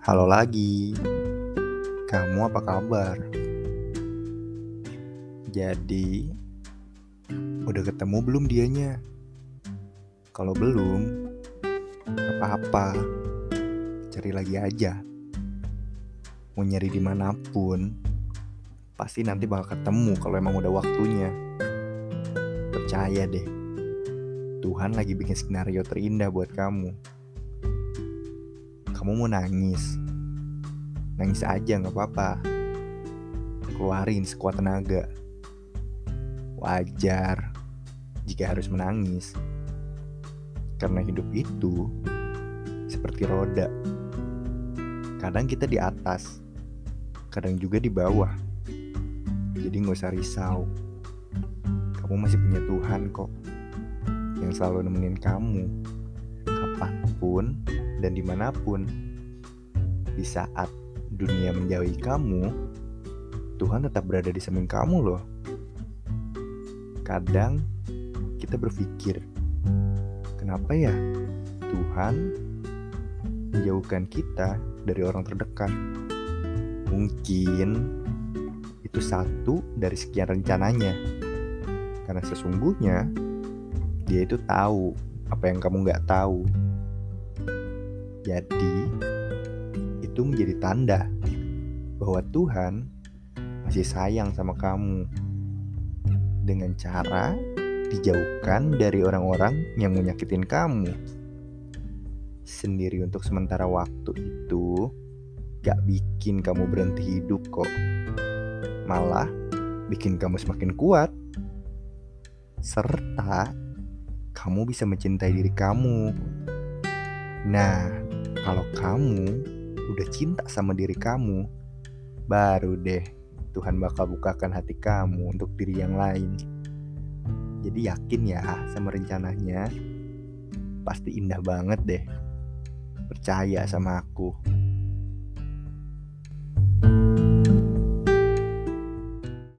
Halo lagi, kamu apa kabar? Jadi, udah ketemu belum dianya? Kalau belum, gak apa-apa, cari lagi aja. Mau nyari dimanapun, pasti nanti bakal ketemu kalau emang udah waktunya. Percaya deh, Tuhan lagi bikin skenario terindah buat kamu. Kamu mau nangis? Nangis aja gak apa-apa. Keluarin sekuat tenaga. Wajar jika harus menangis. Karena hidup itu seperti roda. Kadang kita di atas, kadang juga di bawah. Jadi gak usah risau. Kamu masih punya Tuhan kok, yang selalu nemenin kamu kapanpun dan dimanapun. Di saat dunia menjauhi kamu, Tuhan tetap berada di samping kamu loh. Kadang kita berpikir, kenapa ya Tuhan menjauhkan kita dari orang terdekat? Mungkin itu satu dari sekian rencananya. Karena sesungguhnya Dia itu tahu apa yang kamu gak tahu. Jadi itu menjadi tanda bahwa Tuhan masih sayang sama kamu, dengan cara dijauhkan dari orang-orang yang menyakitin kamu. Sendiri untuk sementara waktu itu gak bikin kamu berhenti hidup kok. Malah bikin kamu semakin kuat. Serta kamu bisa mencintai diri kamu. Nah, kalau kamu udah cinta sama diri kamu, baru deh Tuhan bakal bukakan hati kamu untuk diri yang lain. Jadi yakin ya sama rencananya. Pasti indah banget deh. Percaya sama aku.